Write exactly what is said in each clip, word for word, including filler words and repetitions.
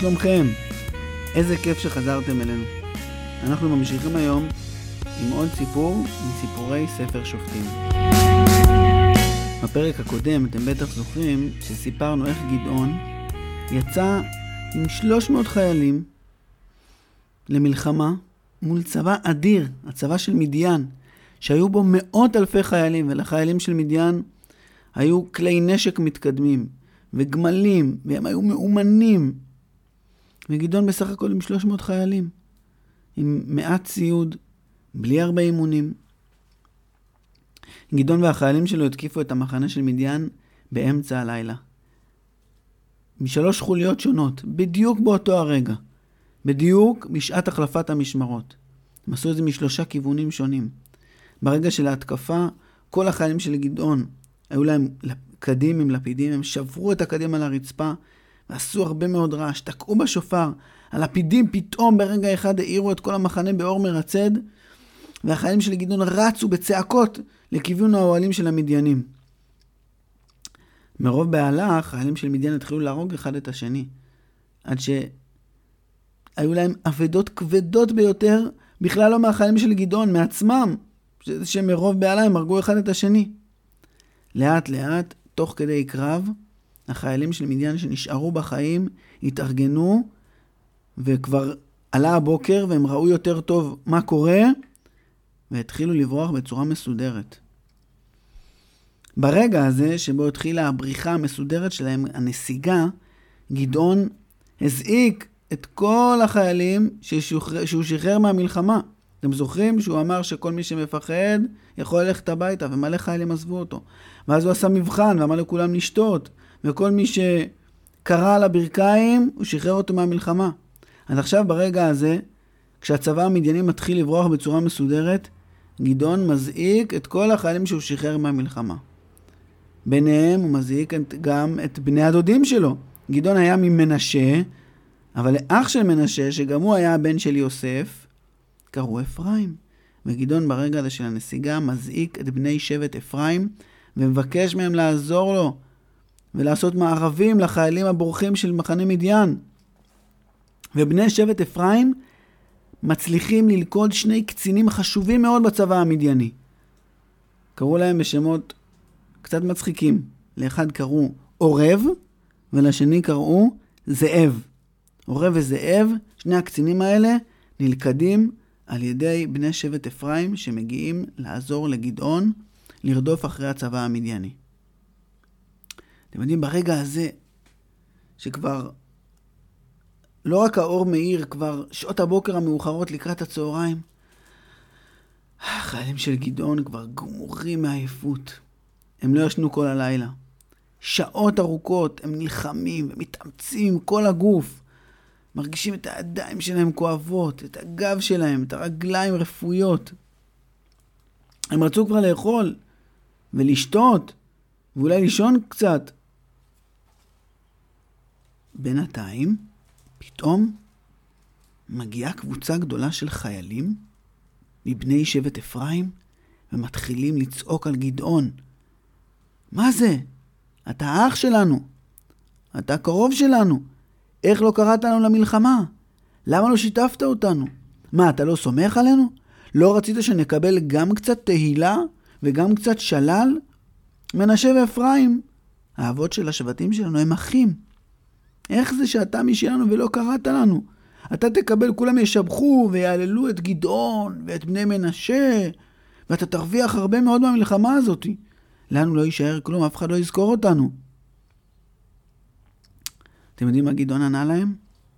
שלומכם? איזה כיף שחזרתם אלינו. אנחנו ממשיכים היום עם עוד סיפור מסיפורי ספר שופטים. בפרק הקודם אתם בטח זוכרים שסיפרנו איך גדעון יצא עם שלוש מאות חיילים למלחמה מול צבא אדיר, הצבא של מדיין, שהיו בו מאות אלפי חיילים, ולחיילים של מדיין היו כלי נשק מתקדמים וגמלים, והם היו מאומנים. וגדעון בסך הכל עם שלוש מאות חיילים, עם מעט ציוד, בלי הרבה אימונים. גדעון והחיילים שלו התקיפו את המחנה של מדיין באמצע הלילה. משלוש חוליות שונות, בדיוק באותו הרגע. בדיוק בשעת החלפת המשמרות. הם עשו את זה משלושה כיוונים שונים. ברגע של ההתקפה, כל החיילים של גדעון היו להם קדים עם לפידים, הם שברו את הקדים על הרצפה, ועשו הרבה מאוד רעש, תקעו בשופר. הלפידים פתאום ברגע אחד העירו את כל המחנה באור מרצד, והחיילים של גדעון רצו בצעקות לכיוון האוהלים של המדיינים. מרוב בהלה, החיילים של מדיין התחילו להרוג אחד את השני, עד שהיו להם אבדות כבדות ביותר, בכלל לא מהחיילים של גדעון, מעצמם, שמרוב בהלה הם הרגו אחד את השני. לאט לאט, תוך כדי קרב, החיילים של מדיין שנשארו בחיים, התארגנו, וכבר עלה הבוקר, והם ראו יותר טוב מה קורה, והתחילו לברוח בצורה מסודרת. ברגע הזה, שבו התחילה הבריחה המסודרת שלהם, הנסיגה, גדעון הזעיק את כל החיילים ששוחרר, שהוא שחרר מהמלחמה. אתם זוכרים שהוא אמר שכל מי שמפחד יכול ללכת הביתה, ומלא חיילים עזבו אותו. ואז הוא עשה מבחן ואמר לכולם לשתות, וכל מי שקרא על הברכיים, הוא שחרר אותו מהמלחמה. אז עכשיו ברגע הזה, כשהצבא המדייני מתחיל לברוח בצורה מסודרת, גדעון מזעיק את כל החיילים שהוא שחרר מהמלחמה. ביניהם הוא מזעיק גם את בני הדודים שלו. גדעון היה ממנשה, אבל לאח של מנשה, שגם הוא היה הבן של יוסף, קראו אפרים. וגדעון ברגע הזה של הנסיגה מזעיק את בני שבט אפרים, ומבקש מהם לעזור לו, ולעשות מערבים לחיילים הבורחים של מחנה מדיין. ובני שבט אפרים מצליחים ללכוד שני קצינים חשובים מאוד בצבא המדייני. קראו להם בשמות קצת מצחיקים. לאחד קראו עורב, ולשני קראו זאב. עורב וזאב, שני הקצינים האלה נלכדים על ידי בני שבט אפרים, שמגיעים לעזור לגדעון לרדוף אחרי הצבא המדייני. אתם יודעים, ברגע הזה, שכבר לא רק האור מאיר, כבר שעות הבוקר המאוחרות לקראת הצהריים, החיילים של גדעון כבר גמורים מעייפות. הם לא ישנו כל הלילה. שעות ארוכות הם נלחמים ומתאמצים עם כל הגוף. מרגישים את הידיים שלהם כואבות, את הגב שלהם, את הרגליים רפויות. הם רצו כבר לאכול ולשתות ואולי לישון קצת. בינתיים, פתאום מגיעה קבוצה גדולה של חיילים מבני שבט אפרים, ומתחילים לצעוק על גדעון. מה זה? אתה האח שלנו. אתה קרוב שלנו. איך לא קראת לנו למלחמה? למה לא שיתפת אותנו? מה, אתה לא סומך עלינו? לא רצית שנקבל גם קצת תהילה וגם קצת שלל? מנשה ואפרים, האבות של השבטים שלנו, הם אחים. איך זה שאתה משלנו ולא קראת לנו? אתה תקבל, כולם ישבחו ויעללו את גדעון ואת בני מנשה, ואתה תרוויח הרבה מאוד מהמלחמה הזאת. לנו לא יישאר כלום, אף אחד לא יזכור אותנו. אתם יודעים מה גדעון ענה להם?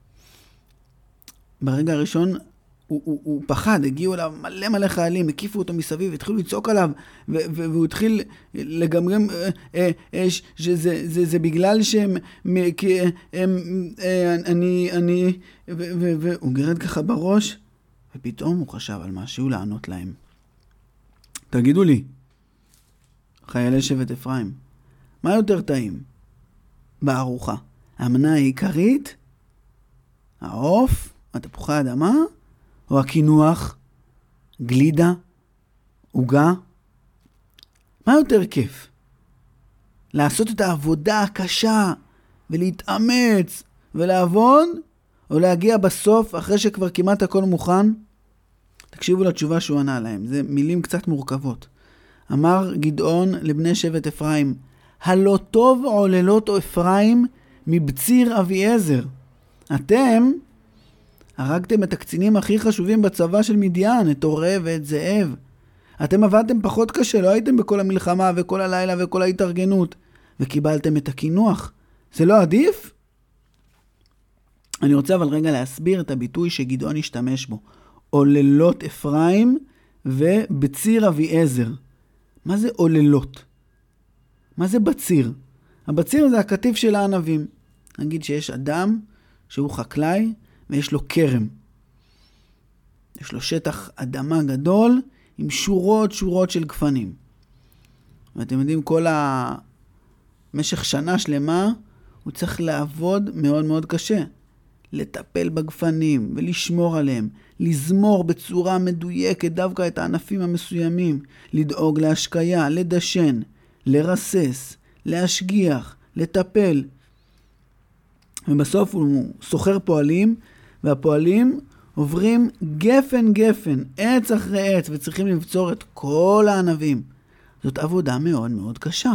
ברגע הראשון הוא, הוא, הוא פחד, הגיעו אליו מלא מלא חיילים, הקיפו אותו מסביב, התחילו לצעוק עליו, ו- ו- והוא התחיל לגמגם, אה, אה, אה, שזה זה, זה בגלל שהם, כי, הם, אה, אני, אני, והוא גרד ככה בראש, ופתאום הוא חשב על משהו לענות להם. תגידו לי, חיילי שבט אפרים, מה יותר טעים בארוחה? המנה העיקרית, העוף, התפוחי האדמה, או הקינוח, גלידה, עוגה? מה יותר כיף? לעשות את העבודה הקשה ולהתאמץ ולעבוד, או להגיע בסוף, אחרי שכבר כמעט הכל מוכן? תקשיבו לתשובה שהוא ענה להם, זה מילים קצת מורכבות. אמר גדעון לבני שבט אפרים, הלא טוב עוללות אפרים מבציר אביעזר. אתם הרגתם את הקצינים הכי חשובים בצבא של מדיין, את עורב ואת זאב. אתם עבדתם פחות קשה, לא הייתם בכל המלחמה וכל הלילה וכל ההתארגנות, וקיבלתם את הכינוח. זה לא עדיף? אני רוצה אבל רגע להסביר את הביטוי שגדעון השתמש בו. עוללות אפרים ובציר אביעזר. מה זה עוללות? מה זה בציר? הבציר זה הכתיף של הענבים. נגיד שיש אדם שהוא חקלאי ויש לו כרם. יש לו שטח אדמה גדול עם שורות שורות של גפנים. ואתם יודעים, כל המשך שנה שלמה הוא צריך לעבוד מאוד מאוד קשה. לטפל בגפנים ולשמור עליהם, לזמור בצורה מדויקת דווקא את הענפים המסוימים, לדאוג להשקיה, לדשן, לרסס, להשגיח, לטפל. ובסוף הוא סוחר פועלים, והפועלים עוברים גפן גפן, עץ אחרי עץ, וצריכים לבצור את כל הענבים. זאת עבודה מאוד מאוד קשה.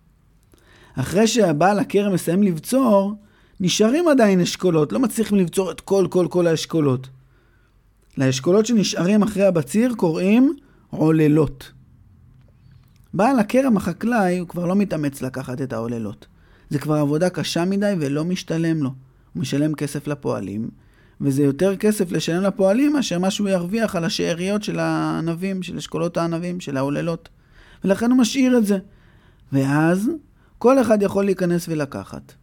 אחרי שהבעל הכרם מסיים לבצור, נשארים עדיין אשכולות, לא מצליחים לבצור את כל כל כל האשכולות. לאשכולות שנשארים אחרי הבציר קוראים עוללות. בעל הכרם החקלאי הוא כבר לא מתאמץ לקחת את העוללות. זה כבר עבודה קשה מדי ולא משתלם לו. הוא משלם כסף לפועלים, וזה יותר כסף לשלם לפועלים מאשר מה שהוא ירוויח על השאריות של הענבים, של אשכולות הענבים, של העוללות. ולכן הוא משאיר את זה. ואז כל אחד יכול להיכנס ולקחת.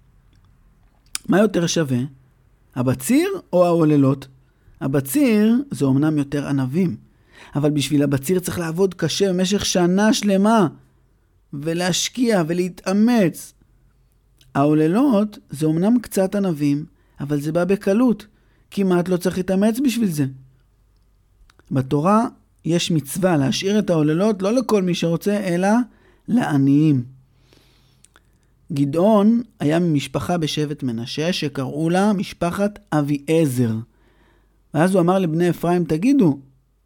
מה יותר שווה? הבציר או העוללות? הבציר זה אומנם יותר ענבים, אבל בשביל הבציר צריך לעבוד קשה במשך שנה שלמה, ולהשקיע ולהתאמץ. העוללות זה אומנם קצת ענבים, אבל זה בא בקלות, כמעט לא צריך להתאמץ בשביל זה. בתורה יש מצווה להשאיר את העוללות לא לכל מי שרוצה, אלא לעניים. גדעון היה ממשפחה בשבט מנשה שקראו לה משפחת אביעזר. ואז הוא אמר לבני אפרים, תגידו,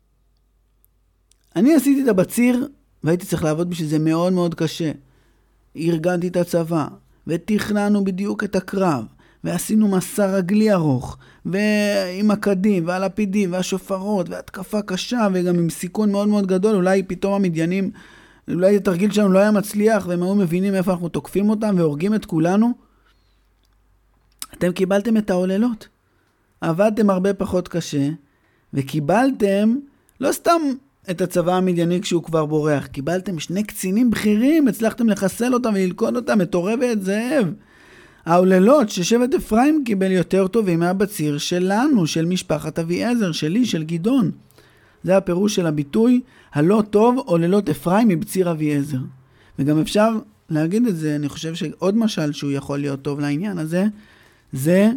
אני עשיתי את הבציר והייתי צריך לעבוד בשביל זה מאוד מאוד קשה. ארגנתי את הצבא ותכננו בדיוק את הקרב ועשינו מסע רגלי ארוך ועם הקדים והלפידים והשופרות והתקפה קשה וגם עם סיכון מאוד מאוד גדול. אולי פתאום המדיינים, אולי התרגיל שלנו לא היה מצליח והם היו מבינים איפה אנחנו תוקפים אותם והורגים את כולנו. אתם קיבלתם את העוללות. עבדתם הרבה פחות קשה וקיבלתם לא סתם את הצבא המדייני כשהוא כבר בורח. קיבלתם שני קצינים בכירים, הצלחתם לחסל אותם וללכוד אותם, את עורב ואת זאב. העוללות ששבט אפרים קיבל יותר טובים מהבציר שלנו, של משפחת אביעזר, שלי, של גדעון. זה הפירוש של הביטוי, הלא טוב עוללות אפרים מבציר אביעזר. וגם אפשר להגיד את זה, אני חושב שעוד משל שהוא יכול להיות טוב לעניין הזה, זה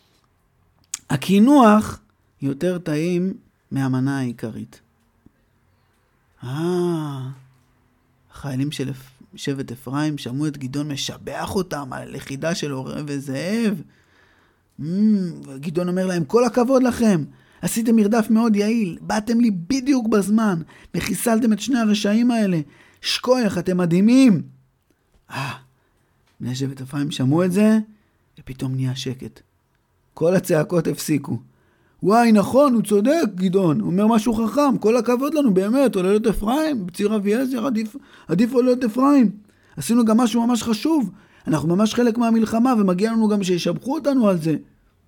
הכינוח יותר טעים מהמנה העיקרית. אה, החיילים של שבט אפרים שמעו את גדעון משבח אותם על הלכידה של עורב וזאב. גדעון אומר להם, כל הכבוד לכם, עשיתם מרדף מאוד יעיל, באתם לי בדיוק בזמן, וחיסלתם את שני הרשעים האלה, שכוח, אתם מדהימים. אה, בני שבט אפרים שמעו את זה, ופתאום נהיה שקט. כל הצעקות הפסיקו. וואי, נכון, הוא צודק, גדעון. הוא אומר משהו חכם. כל הכבוד לנו, באמת. עוללות אפרים, בציר אביעזר, עדיף, עדיף עוללות אפרים. עשינו גם משהו ממש חשוב. אנחנו ממש חלק מהמלחמה, ומגיע לנו גם שישבחו אותנו על זה.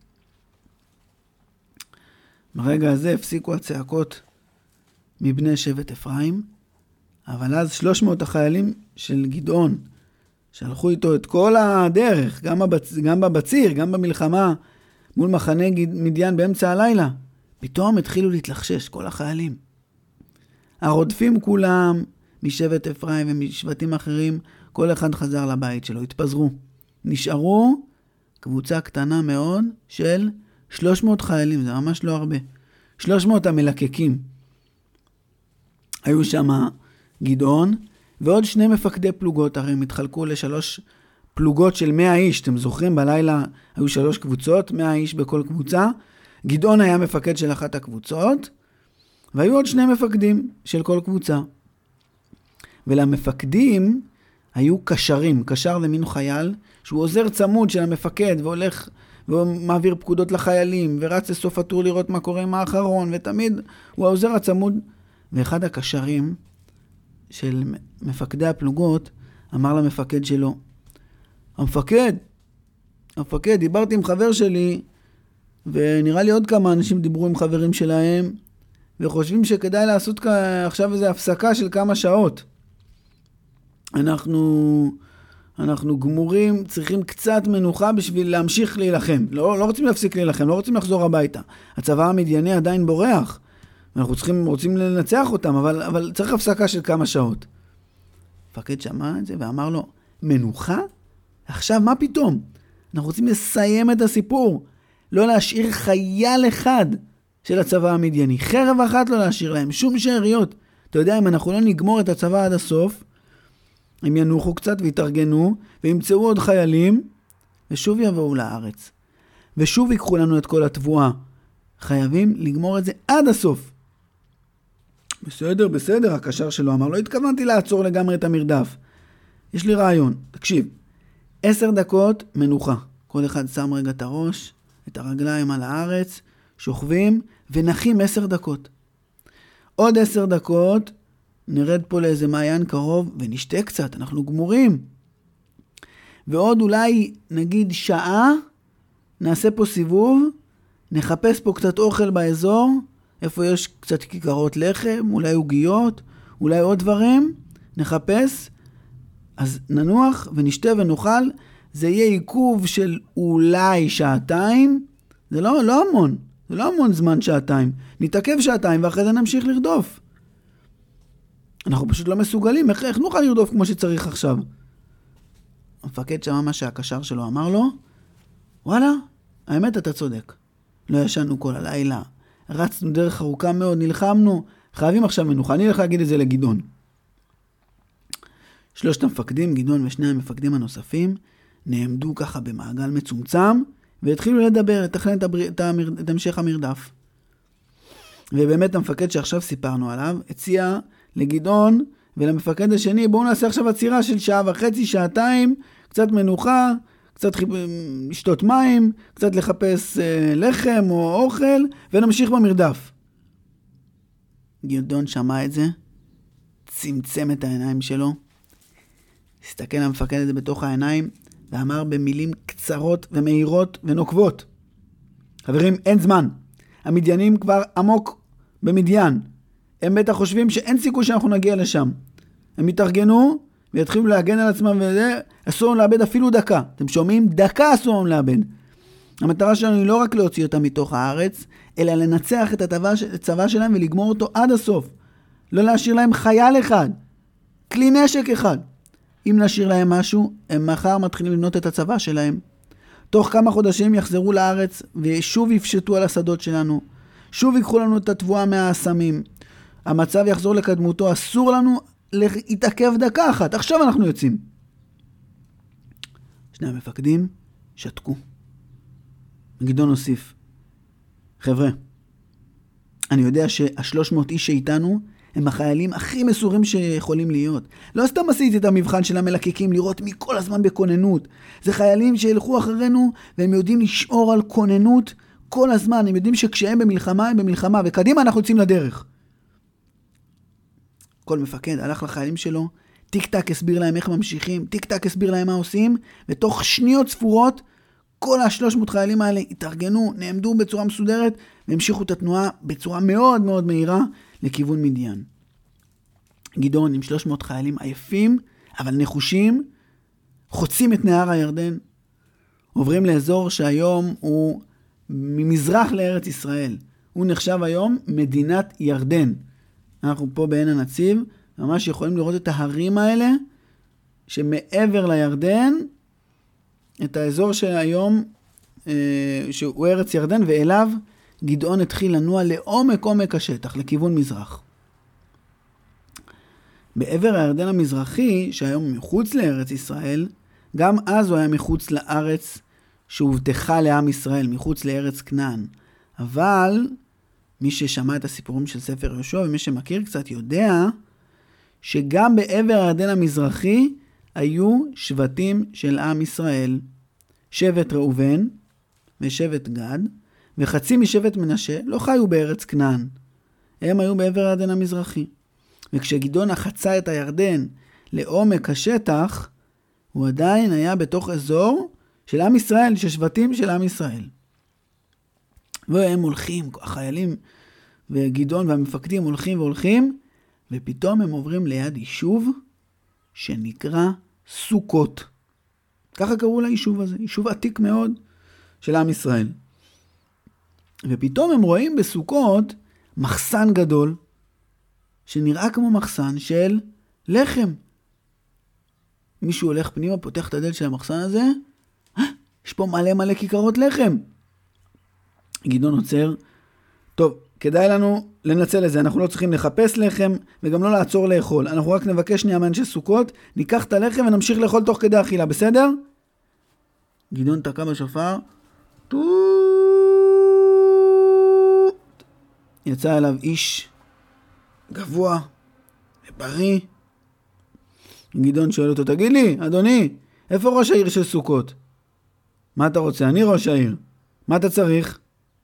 ברגע הזה הפסיקו הצעקות מבני שבט אפרים, אבל אז שלוש מאות החיילים של גדעון, שהלכו איתו את כל הדרך, גם, בבצ... גם בבציר, גם במלחמה, מול מחנה מדיין באמצע הלילה, פתאום התחילו להתלחשש כל החיילים. הרודפים כולם משבט אפרים ומשבטים אחרים, כל אחד חזר לבית שלו, התפזרו. נשארו קבוצה קטנה מאוד של שלוש מאות חיילים, זה ממש לא הרבה. שלוש מאות המלקקים. היו שם גדעון ועוד שני מפקדי פלוגות, הרי הם התחלקו לשלוש פלוגות של מאה איש. אתם זוכרים? בלילה היו שלוש קבוצות, מאה איש בכל קבוצה. גדעון היה מפקד של אחת הקבוצות, והיו עוד שני מפקדים של כל קבוצה. ולמפקדים היו קשרים. קשר זה מין חייל שהוא עוזר צמוד של המפקד והולך ומעביר פקודות לחיילים ורץ לסוף הטור לראות מה קורה עם האחרון, ותמיד הוא העוזר הצמוד. ואחד הקשרים של מפקדי הפלוגות אמר למפקד שלו, המפקד, המפקד, דיברתי עם חבר שלי, ונראה לי עוד כמה אנשים דיברו עם חברים שלהם, וחושבים שכדאי לעשות עכשיו איזו הפסקה של כמה שעות. אנחנו, אנחנו גמורים, צריכים קצת מנוחה בשביל להמשיך להילחם. לא, לא רוצים להפסיק להילחם, לא רוצים לחזור הביתה. הצבא המדייני עדיין בורח, ואנחנו צריכים, רוצים לנצח אותם, אבל, אבל צריך הפסקה של כמה שעות. המפקד שמע את זה ואמר לו, מנוחה? עכשיו, מה פתאום? אנחנו רוצים לסיים את הסיפור. לא להשאיר חייל אחד של הצבא המדייני. חרב אחת לא להשאיר להם, שום שאריות. אתה יודע, אם אנחנו לא נגמור את הצבא עד הסוף, הם ינוחו קצת ויתארגנו, וימצאו עוד חיילים, ושוב יבואו לארץ. ושוב ייקחו לנו את כל התבואה. חייבים לגמור את זה עד הסוף. בסדר, בסדר, הקשר שלו אמר, לא התכוונתי לעצור לגמרי את המרדף. יש לי רעיון, תקשיב. עשר דקות מנוחה. כל אחד שם רגע את הראש, את הרגליים על הארץ, שוכבים ונחים עשר דקות. עוד עשר דקות, נרד פה לאיזה מעיין קרוב ונשתה קצת, אנחנו גמורים. ועוד אולי נגיד שעה, נעשה פה סיבוב, נחפש פה קצת אוכל באזור, איפה יש קצת כיכרות לחם, אולי עוגיות, אולי עוד דברים, נחפש, אז ננוח ונשתה ונאכל, זה יהיה עיכוב של אולי שעתיים, זה לא, לא המון, זה לא המון זמן שעתיים, נתעכב שעתיים ואחרי זה נמשיך לרדוף. אנחנו פשוט לא מסוגלים, איך, איך נוכל לרדוף כמו שצריך עכשיו? המפקד שמע מה שהקשר שלו אמר לו, וואלה, האמת אתה צודק. לא ישנו כל הלילה, רצנו דרך ארוכה מאוד, נלחמנו, חייבים עכשיו מנוחה, אני הולך להגיד את זה לגדעון. שלושת המפקדים, גדעון ושני המפקדים הנוספים, נעמדו ככה במעגל מצומצם, והתחילו לדבר, לתכנן את, הבר... את, המר... את המשך המרדף. ובאמת המפקד שעכשיו סיפרנו עליו, הציע לגדעון ולמפקד השני, בואו נעשה עכשיו עצירה של שעה וחצי, שעתיים, קצת מנוחה, קצת חיפ... לשתות מים, קצת לחפש אה, לחם או אוכל, ונמשיך במרדף. גדעון שמע את זה, צמצם את העיניים שלו, הסתכל למפקד את זה בתוך העיניים, ואמר במילים קצרות ומהירות ונוקבות, חברים, אין זמן. המדיינים כבר עמוק במדיין. הם בטח חושבים שאין סיכוי שאנחנו נגיע לשם. הם יתארגנו ויתחילו להגן על עצמם, וזה אסור לנו לאבד אפילו דקה. אתם שומעים? דקה אסור לנו לאבד. המטרה שלנו היא לא רק להוציא אותם מתוך הארץ, אלא לנצח את הצבא שלהם ולגמור אותו עד הסוף. לא להשאיר להם חייל אחד, כלי נשק אחד. אם נשאיר להם משהו, הם מחר מתחילים לבנות את הצבא שלהם. תוך כמה חודשים יחזרו לארץ ושוב יפשטו על השדות שלנו. שוב ייקחו לנו את התבואה מהאסמים. המצב יחזור לקדמותו, אסור לנו להתעכב דקה אחת. עכשיו אנחנו יוצאים. שני המפקדים שתקו. גדעון הוסיף, חבר'ה, אני יודע שהשלוש מאות איש שאיתנו הם החיילים הכי מסורים שיכולים להיות. לא סתם עשיתי את המבחן של המלקקים לראות מי כל הזמן בכוננות. זה חיילים שילכו אחרינו והם יודעים לשמור על כוננות כל הזמן. הם יודעים שכשהם במלחמה הם במלחמה, וקדימה אנחנו יוצאים לדרך. כל מפקד הלך לחיילים שלו, טיק טק הסביר להם איך ממשיכים, טיק טק הסביר להם מה עושים, ותוך שניות ספורות כל השלוש מאות חיילים האלה התארגנו, נעמדו בצורה מסודרת, והמשיכו את התנועה בצורה מאוד מאוד מהירה לכיוון מדיין. גדעון עם שלוש מאות חיילים עייפים, אבל נחושים, חוצים את נהר הירדן, עוברים לאזור שהיום הוא ממזרח לארץ ישראל. הוא נחשב היום מדינת ירדן. אנחנו פה בעין הנציב, ממש יכולים לראות את ההרים האלה, שמעבר לירדן, את האזור שהיום, אה, שהוא ארץ ירדן, ואליו גדעון התחיל לנוע לעומק עומק השטח, לכיוון מזרח. בעבר הירדן המזרחי, שהיום מחוץ לארץ ישראל, גם אז הוא היה מחוץ לארץ שהובטחה לעם ישראל, מחוץ לארץ כנען. אבל מי ששמע את הסיפורים של ספר יהושע ומי שמכיר קצת יודע שגם בעבר הירדן המזרחי היו שבטים של עם ישראל. שבט ראובן ושבט גד וחצי משבט מנשה לא חיו בארץ כנען. הם היו בעבר הירדן המזרחי. וכשגדעון חצה את הירדן לעומק השטח, הוא עדיין היה בתוך אזור של עם ישראל, של שבטים של עם ישראל. והם הולכים, החיילים וגדעון והמפקדים הולכים והולכים, ופתאום הם עוברים ליד יישוב שנקרא סוכות. ככה קראו ליישוב הזה, יישוב עתיק מאוד של עם ישראל. ופתאום הם רואים בסוכות מחסן גדול, שנראה כמו מחסן של לחם. מישהו הולך פנימה, פותח את הדלת של המחסן הזה, יש פה מלא מלא כיכרות לחם. גדעון עוצר, טוב, כדאי לנו לנצל את זה, אנחנו לא צריכים לחפש לחם וגם לא לעצור לאכול, אנחנו רק נבקש שנייה מאנשי סוכות, ניקח את הלחם ונמשיך לאכול תוך כדי אכילה, בסדר? גדעון תקע בשופר, טוט, יצא אליו איש גבוה ובריא. גדעון שואל אותו, תגיד לי, אדוני, איפה ראש העיר של סוכות? מה אתה רוצה? אני ראש העיר. מה אתה צריך?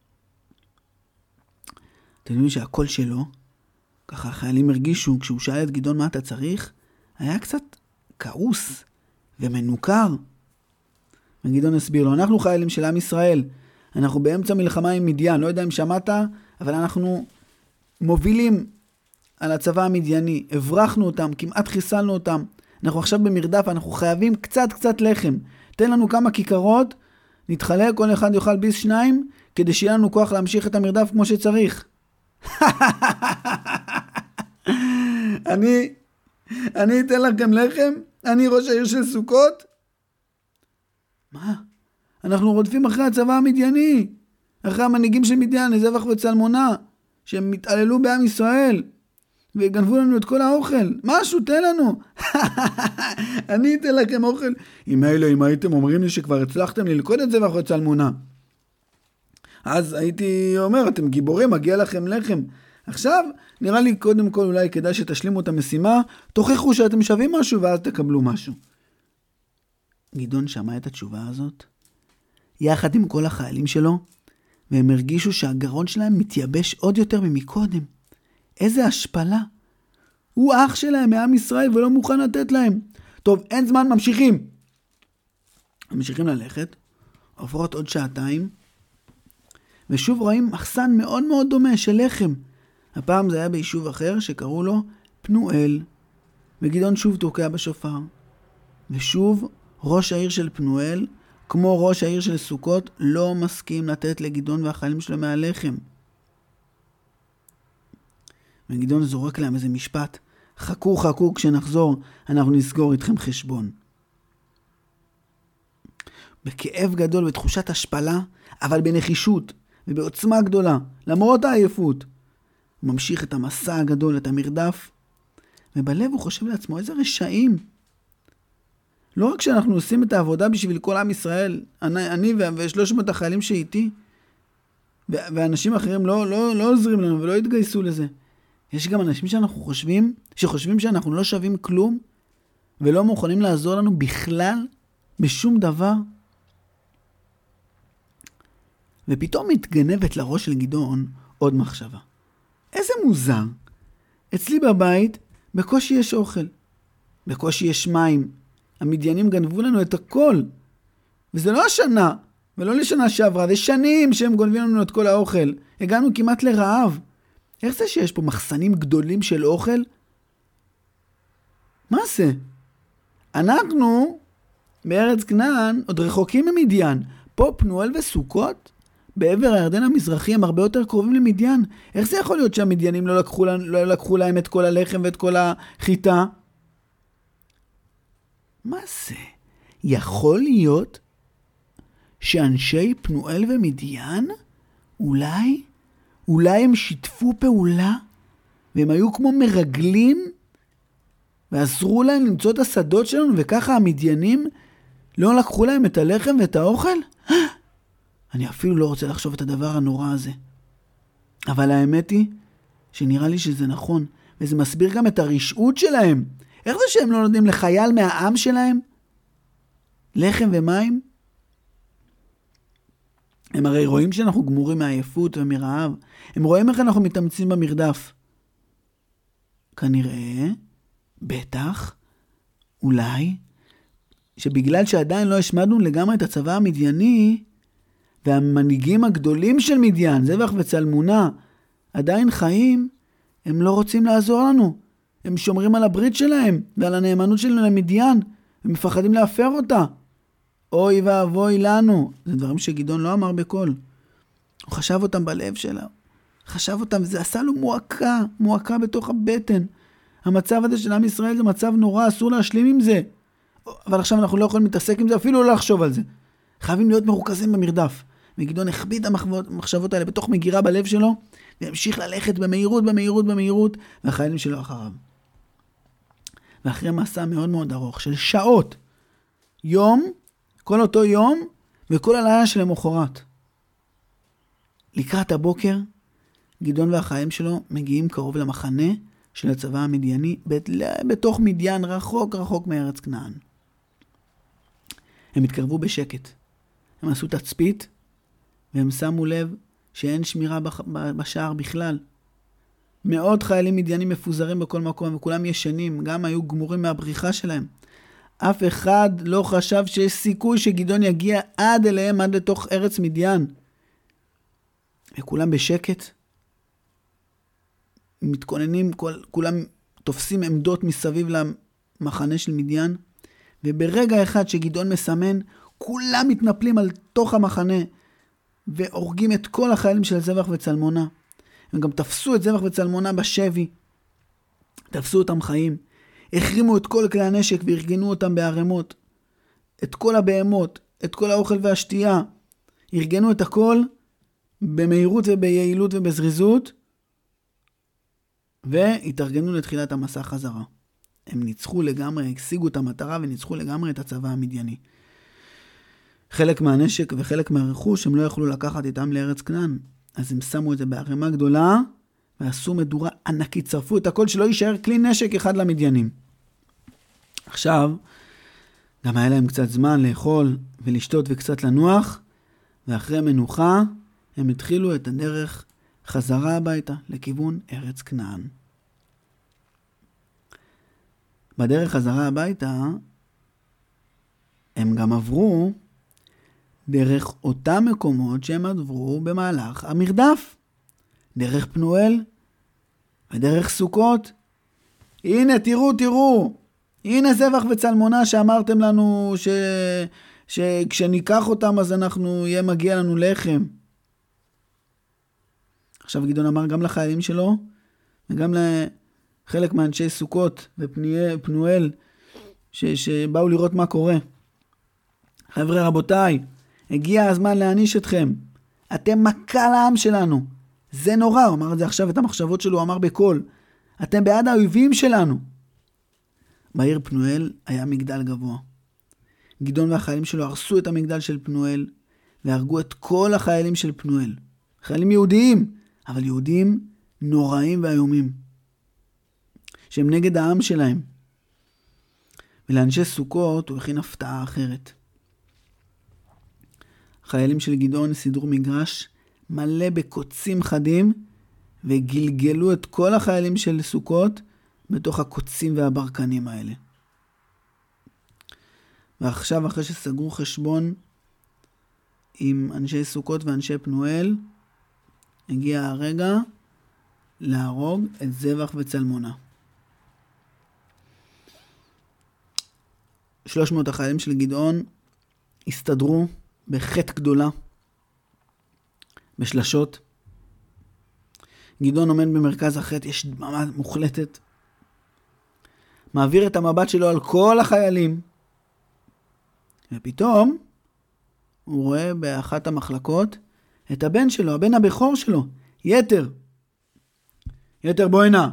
אתם יודעים שהקול שלו, ככה החיילים הרגישו, כשהוא שאל את גדעון מה אתה צריך, היה קצת כעוס ומנוכר. וגדעון הסביר לו, אנחנו חיילים של עם ישראל, אנחנו באמצע מלחמה עם מדיין, לא יודע אם שמעת, אבל אנחנו מובילים על הצבא המדייני, הברחנו אותם, כמעט חיסלנו אותם, אנחנו עכשיו במרדף, אנחנו חייבים קצת קצת לחם, תן לנו כמה כיכרות, נתחלק, כל אחד יאכל ביס שניים, כדי שיהיה לנו כוח להמשיך את המרדף כמו שצריך. אני, אני אתן לכם לחם? אני ראש העיר של סוכות? מה? אנחנו רודפים אחרי הצבא המדייני, אחרי המנהיגים של מדיין, זבח וצלמונה, שהם מתעללו בעם ישראל, וגנבו לנו את כל האוכל. משהו, תן לנו. אני אתן לכם אוכל. אם אלה, אם הייתם אומרים לי שכבר הצלחתם ללכוד את זבח וצלמונה, אז הייתי אומר, אתם גיבורים, מגיע לכם לחם. עכשיו, נראה לי קודם כל אולי כדאי שתשלימו את המשימה, תוכיחו שאתם שווים משהו ואז תקבלו משהו. גדעון שמע את התשובה הזאת, יחד עם כל החיילים שלו, והם הרגישו שהגרון שלהם מתייבש עוד יותר ממקודם. איזה השפלה. הוא אח שלהם מעם ישראל ולא מוכן לתת להם. טוב, אין זמן, ממשיכים. ממשיכים ללכת, עוברות עוד שעתיים, ושוב רואים מחסן מאוד מאוד דומה של לחם. הפעם זה היה ביישוב אחר שקראו לו פנואל. וגדעון שוב תוקע בשופר. ושוב ראש העיר של פנואל, כמו ראש העיר של סוכות, לא מסכים לתת לגדעון והחיילים שלו מהלחם. וגדעון זורק להם איזה משפט, חכו חכו, כשנחזור אנחנו נסגור איתכם חשבון. בכאב גדול ותחושת השפלה, אבל בנחישות ובעוצמה גדולה, למרות העייפות, הוא ממשיך את המסע הגדול, את המרדף, ובלב הוא חושב לעצמו, איזה רשעים. לא רק שאנחנו עושים את העבודה בשביל כל עם ישראל, אני, אני ושלוש מאות החיילים שאיתי, ואנשים אחרים לא, לא, לא עוזרים לנו ולא התגייסו לזה. יש גם אנשים שאנחנו חושבים, שחושבים שאנחנו לא שווים כלום, ולא מוכנים לעזור לנו בכלל, בשום דבר. ופתאום מתגנבת לראש של גדעון עוד מחשבה. איזה מוזר. אצלי בבית בקושי יש אוכל. בקושי יש מים. המדיינים גנבו לנו את הכל. וזה לא השנה, ולא לשנה שעברה, זה שנים שהם גונבים לנו את כל האוכל. הגענו כמעט לרעב. איך זה שיש פה מחסנים גדולים של אוכל? מה זה? אנחנו בארץ כנען עוד רחוקים ממדיין. פה פנואל וסוכות, בעבר הירדן המזרחי, הם הרבה יותר קרובים למדיין. איך זה יכול להיות שהמדיינים לא לקחו, לא לקחו להם את כל הלחם ואת כל החיטה? מה זה? יכול להיות שאנשי פנואל ומדיין אולי, אולי הם שיתפו פעולה והם היו כמו מרגלים ועזרו להם למצוא את השדות שלנו, וככה המדיינים לא לקחו להם את הלחם ואת האוכל? אני אפילו לא רוצה לחשוב את הדבר הנורא הזה. אבל האמת היא שנראה לי שזה נכון, וזה מסביר גם את הרשעות שלהם. איך זה שהם לא נותנים לחייל מהעם שלהם לחם ומים? הם הרי רואים שאנחנו גמורים מעייפות ומרעב. הם רואים איך אנחנו מתאמצים במרדף. כנראה, בטח, אולי, שבגלל שעדיין לא השמדנו לגמרי את הצבא המדייני, והמנהיגים הגדולים של מדיין, זבח וצלמונה, עדיין חיים, הם לא רוצים לעזור לנו. הם שומרים על הברית שלהם ועל הנאמנות שלנו למדיין. הם מפחדים להפר אותה. אוי ואבוי לנו. זה דברים שגדעון לא אמר בקול. הוא חשב אותם בלב שלו. חשב אותם, וזה עשה לו מועקה, מועקה בתוך הבטן. המצב הזה של עם ישראל זה מצב נורא, אסור להשלים עם זה. אבל עכשיו אנחנו לא יכולים להתעסק עם זה, אפילו לא לחשוב על זה. חייבים להיות מרוכזים במרדף. וגדעון הכביד המחשבות האלה בתוך מגירה בלב שלו, והמשיך ללכת במהירות, במהירות, במהירות, והחיילים שלו אחריו. ואחרי מסע מאוד מאוד ארוך, של שעות, יום, כל אותו יום, וכל הלילה של המחרת. לקראת הבוקר, גדעון והחיילים שלו מגיעים קרוב למחנה של הצבא המדייני, בתוך מדיין רחוק רחוק מארץ כנען. הם התקרבו בשקט. הם עשו תצפית, והם שמו לב שאין שמירה בשער בכלל. מאות חיילים מדיינים מפוזרים בכל מקום, וכולם ישנים, גם היו גמורים מהבריחה שלהם. אף אחד לא חשב שיש סיכוי שגדעון יגיע עד אליהם, עד לתוך ארץ מדיין. וכולם בשקט, מתכוננים, כל, כולם תופסים עמדות מסביב למחנה של מדיין, וברגע אחד שגדעון מסמן, כולם מתנפלים על תוך המחנה, והורגים את כל החיילים של זבח וצלמונה. הם גם תפסו את זבח וצלמונה בשבי, תפסו אותם חיים, החרימו את כל כלי הנשק וארגנו אותם בערימות, את כל הבהמות, את כל האוכל והשתייה, ארגנו את הכל במהירות וביעילות ובזריזות, והתארגנו לתחילת המסע חזרה. הם ניצחו לגמרי, השיגו את המטרה וניצחו לגמרי את הצבא המדייני. חלק מהנשק וחלק מהרכוש הם לא יכלו לקחת איתם לארץ כנען, אז הם שמו את זה בערימה גדולה, ועשו מדורה ענקית, צרפו את הכל שלא יישאר כלי נשק אחד למדיינים. עכשיו, גם היה להם קצת זמן לאכול ולשתות וקצת לנוח, ואחרי מנוחה הם התחילו את הדרך חזרה הביתה לכיוון ארץ כנען. בדרך חזרה הביתה הם גם עברו דרך אותם מקומות שהם עברו במהלך המרדף. דרך פנואל ודרך סוכות. הנה תראו תראו. הנה זבח וצלמונה שאמרתם לנו ש... שכשניקח אותם אז אנחנו יהיה מגיע לנו לחם. עכשיו גדעון אמר גם לחיילים שלו וגם לחלק מאנשי סוכות ופנואל ש... שבאו לראות מה קורה. חבר'ה רבותיי, הגיע הזמן להעניש אתכם. אתם מכה לעם שלנו. זה נורא, הוא אמר את זה עכשיו, את המחשבות שלו הוא אמר בקול. אתם בעד האויבים שלנו. בעיר פנואל היה מגדל גבוה. גדעון והחיילים שלו הרסו את המגדל של פנואל, והרגו את כל החיילים של פנואל. חיילים יהודיים, אבל יהודים נוראים ואיומים. שהם נגד העם שלהם. ולאנשי סוכות הוא הכין הפתעה אחרת. חיילים של גדעון סידרו מגרש מלא בקוצים חדים, וגלגלו את כל החיילים של סוכות בתוך הקוצים והברקנים האלה. ועכשיו אחרי שסגרו חשבון עם אנשי סוכות ואנשי פנואל, הגיע הרגע להרוג את זבח וצלמונה. שלוש מאות החיילים של גדעון הסתדרו בחטא גדולה, בשלשות. גדעון עומד במרכז החטא, יש דממה מוחלטת. מעביר את המבט שלו על כל החיילים. ופתאום הוא רואה באחת המחלקות את הבן שלו, הבן הבכור שלו, יתר. יתר בוא הנה.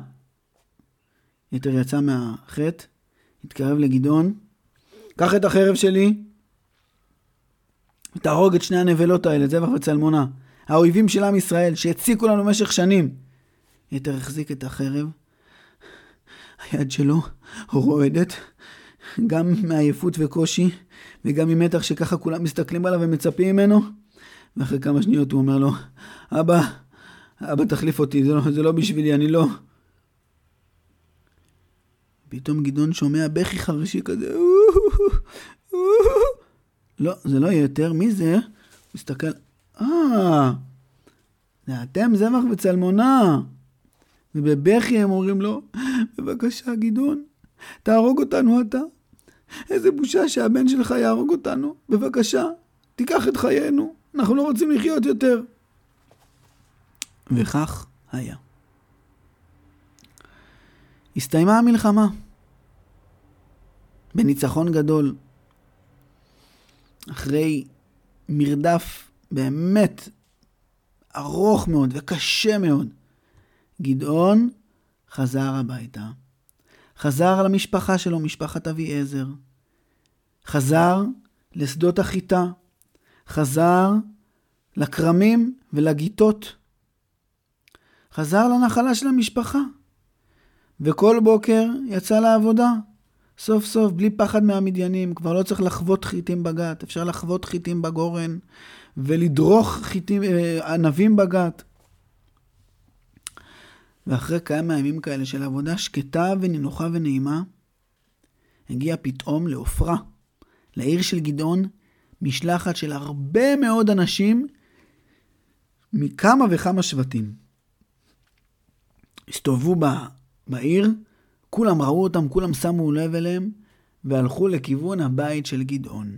יתר יצא מהחטא, התקרב לגדעון. קח את החרב שלי ותהרוג את שני הנבלות האלה, זבח וצלמונה. האויבים של עם ישראל, שהציקו לנו במשך שנים. יתר החזיק את החרב. היד שלו רועדת, גם מעייפות וקושי, וגם ממתח שככה כולם מסתכלים עליו ומצפים ממנו. ואחרי כמה שניות הוא אומר לו, אבא, אבא תחליף אותי, זה לא, זה לא בשבילי, אני לא. פתאום גדעון שומע בכי חרשי כזה. לא, זה לא יותר, מי זה? הוא מסתכל, אה, זה אתם זבח וצלמונה. ובבכי הם אומרים לו, בבקשה גדעון, תהרוג אותנו אתה. איזה בושה שהבן שלך יהרוג אותנו. בבקשה, תיקח את חיינו. אנחנו לא רוצים לחיות יותר. וכך היה. הסתיימה המלחמה. בניצחון גדול. אחרי מרדף באמת ארוך מאוד וקשה מאוד. גדעון חזר הביתה. חזר למשפחה שלו, משפחת אביעזר. חזר לשדות החיטה. חזר לקרמים ולגיטות. חזר לנחלה של המשפחה. וכל בוקר יצא לעבודה. סוף סוף, בלי פחד מהמדיינים. כבר לא צריך לחוות חיטים בגת. אפשר לחוות חיטים בגורן. ולדרוך חיטים, ענבים בגת. ואחרי כמה ימים כאלה של עבודה שקטה ונינוחה ונעימה, הגיע פתאום לעופרה, לעיר של גדעון, משלחת של הרבה מאוד אנשים מכמה וכמה שבטים. הסתובבו בעיר, כולם ראו אותם, כולם שמו לב אליהם, והלכו לכיוון הבית של גדעון.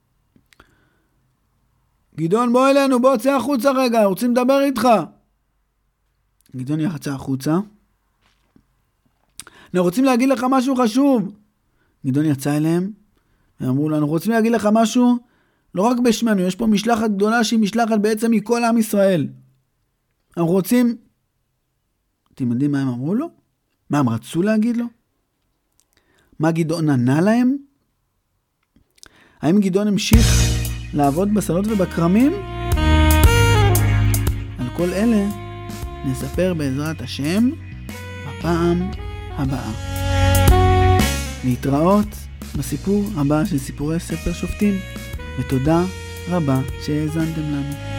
גדעון, בוא אלינו, בוא צא החוצה רגע, רוצים לדבר איתך. גדעון יחצה החוצה. אנחנו רוצים להגיד לך משהו חשוב. גדעון יצא אליהם, ואמרו לו, אנחנו רוצים להגיד לך משהו, לא רק בשמנו, יש פה משלחת גדולה שהיא משלחת בעצם מכל עם ישראל. אנחנו רוצים... אתם יודעים מה הם אמרו לו? מה הם רצו להגיד לו? מה גדעון ענה להם? האם גדעון המשיך לעבוד בסלות ובקרמים? על כל אלה נספר בעזרת השם בפעם הבאה. להתראות בסיפור הבא של סיפורי ספר שופטים, ותודה רבה שהאזנתם לנו.